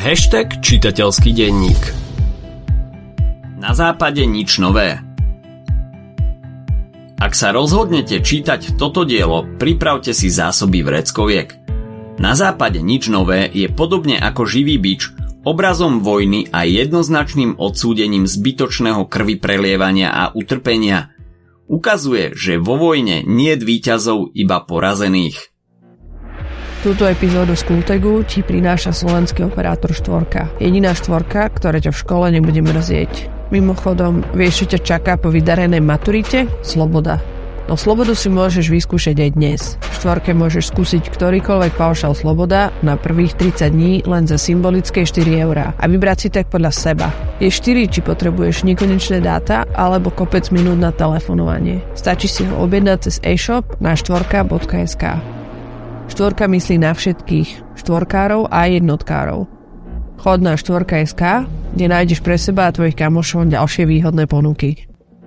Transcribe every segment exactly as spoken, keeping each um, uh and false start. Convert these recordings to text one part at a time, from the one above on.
Hashtag čitateľský denník. Na západe nič nové. Ak sa rozhodnete čítať toto dielo, pripravte si zásoby vreckoviek. Na západe nič nové je podobne ako živý bič, obrazom vojny a jednoznačným odsúdením zbytočného krvi prelievania a utrpenia. Ukazuje, že vo vojne niet víťazov, iba porazených. Túto epizódu z Kultegu ti prináša slovenský operátor štvorka. Jediná štvorka, ktorá ťa v škole nebude mrzieť. Mimochodom, vieš, čo ťa čaká po vydarenej maturite? Sloboda. No slobodu si môžeš vyskúšať aj dnes. V štvorke môžeš skúsiť ktorýkoľvek paušal Sloboda na prvých tridsať dní len za symbolické štyri eurá a vybrať si tak podľa seba. Je štyri, či potrebuješ nekonečné dáta alebo kopec minút na telefonovanie. Stačí si ho objednať cez e-shop na štvorka bodka es ká. Štvorka myslí na všetkých štvorkárov a jednotkárov. Chod na štvorka bodka es ká, kde nájdeš pre seba a tvojich kamošov ďalšie výhodné ponuky.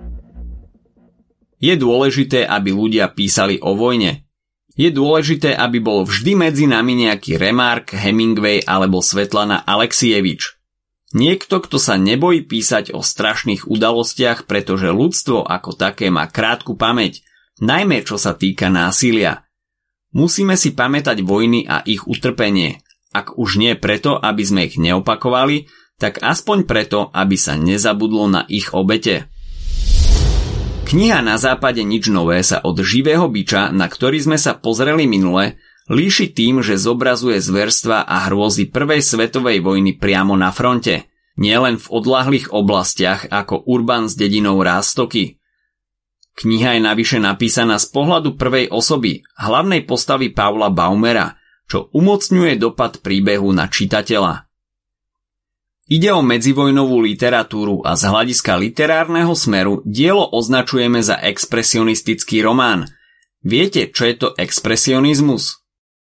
Je dôležité, aby ľudia písali o vojne. Je dôležité, aby bol vždy medzi nami nejaký Remark, Hemingway alebo Svetlana Alexievič. Niekto, kto sa nebojí písať o strašných udalostiach, pretože ľudstvo ako také má krátku pamäť, najmä čo sa týka násilia. Musíme si pamätať vojny a ich utrpenie. Ak už nie preto, aby sme ich neopakovali, tak aspoň preto, aby sa nezabudlo na ich obete. Kniha Na západe nič nové sa od živého biča, na ktorý sme sa pozreli minule, líši tým, že zobrazuje zverstva a hrôzy prvej svetovej vojny priamo na fronte, nielen v odľahlých oblastiach ako Urban s dedinou Rástoky. Kniha je navyše napísaná z pohľadu prvej osoby, hlavnej postavy Paula Baumera, čo umocňuje dopad príbehu na čitateľa. Ide o medzivojnovú literatúru a z hľadiska literárneho smeru dielo označujeme za expresionistický román. Viete, čo je to expresionizmus?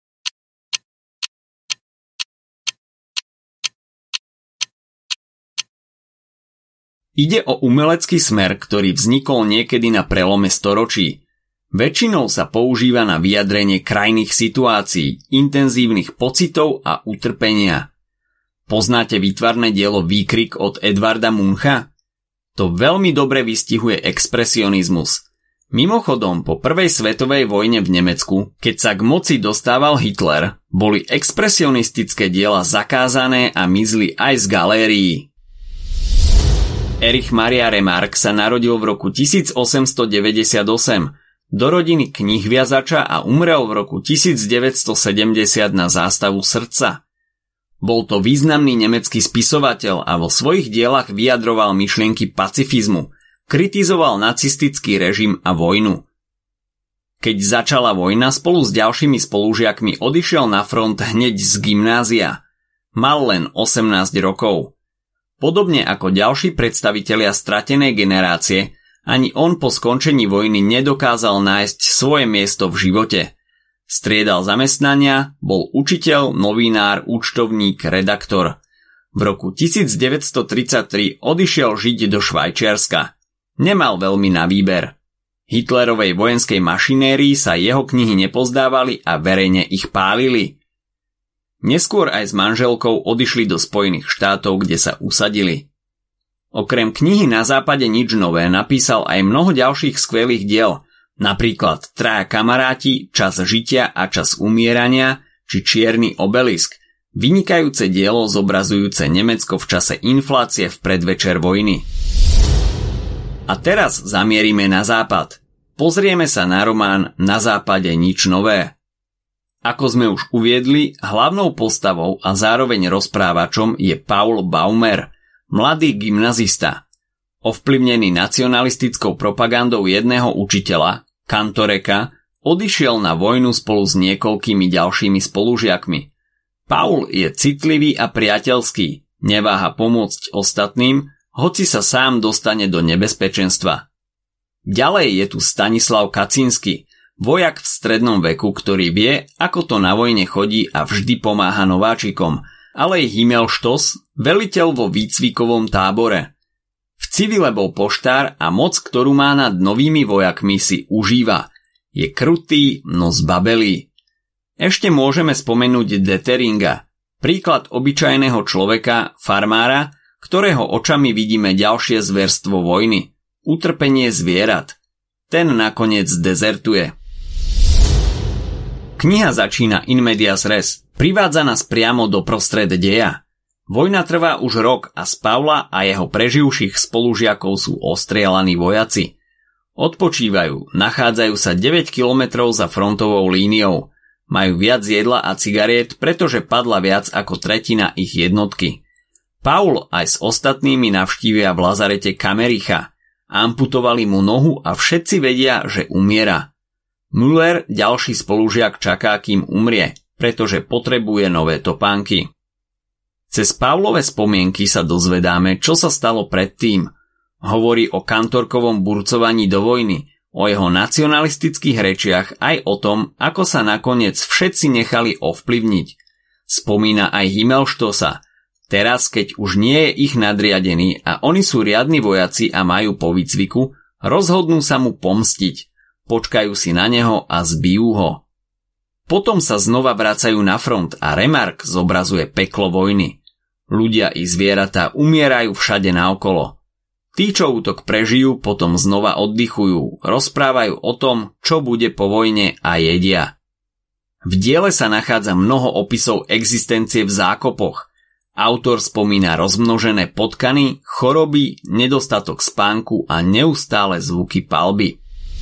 Ide o umelecký smer, ktorý vznikol niekedy na prelome storočí. Väčšinou sa používa na vyjadrenie krajných situácií, intenzívnych pocitov a utrpenia. Poznáte výtvarné dielo Výkrik od Edvarda Muncha? To veľmi dobre vystihuje expresionizmus. Mimochodom, po prvej svetovej vojne v Nemecku, keď sa k moci dostával Hitler, boli expresionistické diela zakázané a mizli aj z galérií. Erich Maria Remarque sa narodil v roku tisícosemstodeväťdesiatosem do rodiny knihviazača a umrel v roku tisícdeväťstosedemdesiat na zástavu srdca. Bol to významný nemecký spisovateľ a vo svojich dielach vyjadroval myšlienky pacifizmu, kritizoval nacistický režim a vojnu. Keď začala vojna, spolu s ďalšími spolužiakmi odišiel na front hneď z gymnázia. Mal len osemnásť rokov. Podobne ako ďalší predstavitelia stratenej generácie, ani on po skončení vojny nedokázal nájsť svoje miesto v živote. Striedal zamestnania, bol učiteľ, novinár, účtovník, redaktor. V roku devätnásťtridsaťtri odišiel žiť do Švajčiarska. Nemal veľmi na výber. Hitlerovej vojenskej mašinérii sa jeho knihy nepozdávali a verejne ich pálili. Neskôr aj s manželkou odišli do Spojených štátov, kde sa usadili. Okrem knihy Na západe nič nové napísal aj mnoho ďalších skvelých diel, napríklad Traja kamaráti, Čas žitia a čas umierania či Čierny obelisk, vynikajúce dielo zobrazujúce Nemecko v čase inflácie v predvečer vojny. A teraz zamierime na západ. Pozrieme sa na román Na západe nič nové. Ako sme už uviedli, hlavnou postavou a zároveň rozprávačom je Paul Baumer, mladý gymnazista. Ovplyvnený nacionalistickou propagandou jedného učiteľa, Kantoreka, odišiel na vojnu spolu s niekoľkými ďalšími spolužiakmi. Paul je citlivý a priateľský, neváha pomôcť ostatným, hoci sa sám dostane do nebezpečenstva. Ďalej je tu Stanislav Kaczyński, vojak v strednom veku, ktorý vie, ako to na vojne chodí a vždy pomáha nováčikom, ale je Himmelstoss, veliteľ vo výcvikovom tábore. V civile bol poštár a moc, ktorú má nad novými vojakmi, si užíva. Je krutý, no zbabelý. Ešte môžeme spomenúť Deteringa, Príklad obyčajného človeka, farmára, ktorého očami vidíme ďalšie zverstvo vojny, utrpenie zvierat. Ten nakoniec dezertuje. Kniha začína in medias res, privádza nás priamo do prostred deja. Vojna trvá už rok a z Pavla a jeho preživších spolužiakov sú ostrielaní vojaci. Odpočívajú, nachádzajú sa deväť kilometrov za frontovou líniou. Majú viac jedla a cigariet, pretože padla viac ako tretina ich jednotky. Paul aj s ostatnými navštívia v lazarete Kamericha. Amputovali mu nohu a všetci vedia, že umiera. Müller, ďalší spolužiak, čaká, kým umrie, pretože potrebuje nové topánky. Cez Pavlove spomienky sa dozvedáme, čo sa stalo predtým. Hovorí o kantorkovom burcovaní do vojny, o jeho nacionalistických rečiach, aj o tom, ako sa nakoniec všetci nechali ovplyvniť. Spomína aj Himmelstossa. Teraz, keď už nie je ich nadriadený a oni sú riadni vojaci a majú po výcviku, rozhodnú sa mu pomstiť. Počkajú si na neho a zbijú ho. Potom sa znova vracajú na front a Remarque zobrazuje peklo vojny. Ľudia i zvieratá umierajú všade naokolo. Tí, čo útok prežijú, potom znova oddychujú, rozprávajú o tom, čo bude po vojne a jedia. V diele sa nachádza mnoho opisov existencie v zákopoch. Autor spomína rozmnožené potkany, choroby, nedostatok spánku a neustále zvuky palby.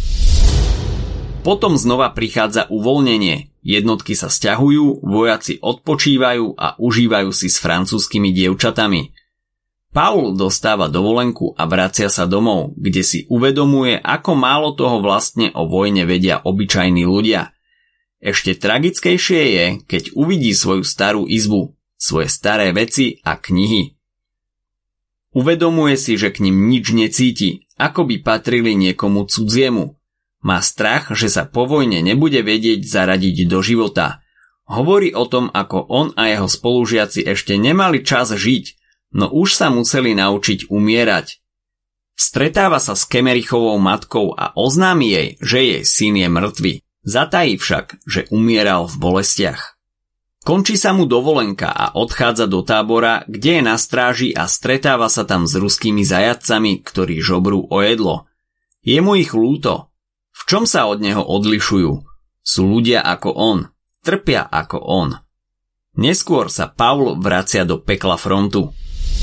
Potom znova prichádza uvoľnenie. Jednotky sa sťahujú, vojaci odpočívajú a užívajú si s francúzskymi dievčatami. Paul dostáva dovolenku a vracia sa domov, kde si uvedomuje, ako málo toho vlastne o vojne vedia obyčajní ľudia. Ešte tragickejšie je, keď uvidí svoju starú izbu, svoje staré veci a knihy. Uvedomuje si, že k nim nič necíti, ako by patrili niekomu cudziemu. Má strach, že sa po vojne nebude vedieť zaradiť do života. Hovorí o tom, ako on a jeho spolužiaci ešte nemali čas žiť, no už sa museli naučiť umierať. Stretáva sa s Kemerichovou matkou a oznámi jej, že jej syn je mŕtvy. Zatají však, že umieral v bolestiach. Končí sa mu dovolenka a odchádza do tábora, kde je na stráži a stretáva sa tam s ruskými zajatcami, ktorí žobrú o jedlo. Je mu ich ľúto. V čom sa od neho odlišujú? Sú ľudia ako on, trpia ako on. Neskôr sa Paul vracia do pekla frontu.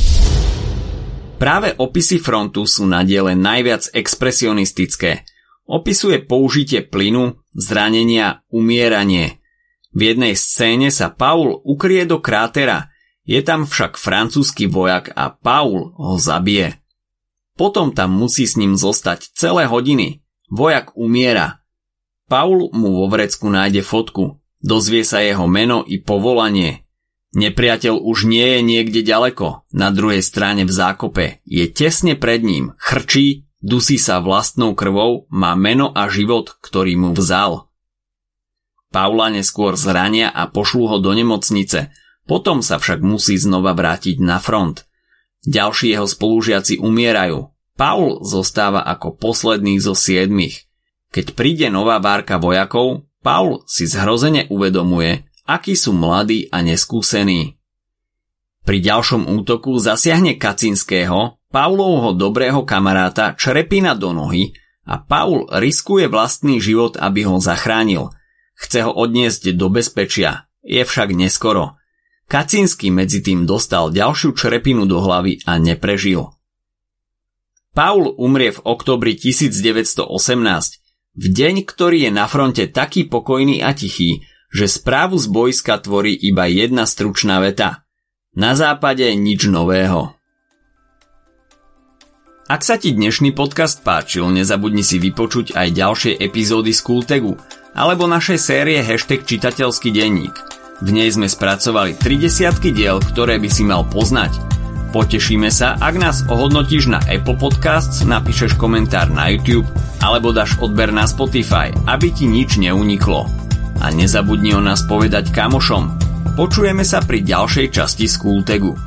Práve opisy frontu sú na diele najviac expresionistické. Opisuje použitie plynu, zranenia, umieranie. V jednej scéne sa Paul ukrie do krátera, je tam však francúzsky vojak a Paul ho zabije. Potom tam musí s ním zostať celé hodiny. Vojak umiera. Paul mu vo vrecku nájde fotku, dozvie sa jeho meno i povolanie. Nepriateľ už nie je niekde ďaleko, na druhej strane v zákope, je tesne pred ním, chrčí, dusí sa vlastnou krvou, má meno a život, ktorý mu vzal. Paula neskôr zrania a pošlú ho do nemocnice, potom sa však musí znova vrátiť na front. Ďalší jeho spolužiaci umierajú. Paul zostáva ako posledný zo siedmich. Keď príde nová várka vojakov, Paul si zhrozene uvedomuje, akí sú mladí a neskúsení. Pri ďalšom útoku zasiahne Kacinského, Paulovho dobrého kamaráta, črepina do nohy a Paul riskuje vlastný život, aby ho zachránil. Chce ho odniesť do bezpečia, je však neskoro. Kacinský medzi tým dostal ďalšiu črepinu do hlavy a neprežil. Paul umrie v októbri tisícdeväťstoosemnásť, v deň, ktorý je na fronte taký pokojný a tichý, že správu z bojska tvorí iba jedna stručná veta. Na západe nič nového. Ak sa ti dnešný podcast páčil, nezabudni si vypočuť aj ďalšie epizódy z Kultegu alebo našej série hashtag čitateľský denník. V nej sme spracovali tridesiatky diel, ktoré by si mal poznať. Potešíme sa, ak nás ohodnotíš na Apple Podcasts, napíšeš komentár na YouTube alebo dáš odber na Spotify, aby ti nič neuniklo. A nezabudni o nás povedať kamošom. Počujeme sa pri ďalšej časti z Kultegu.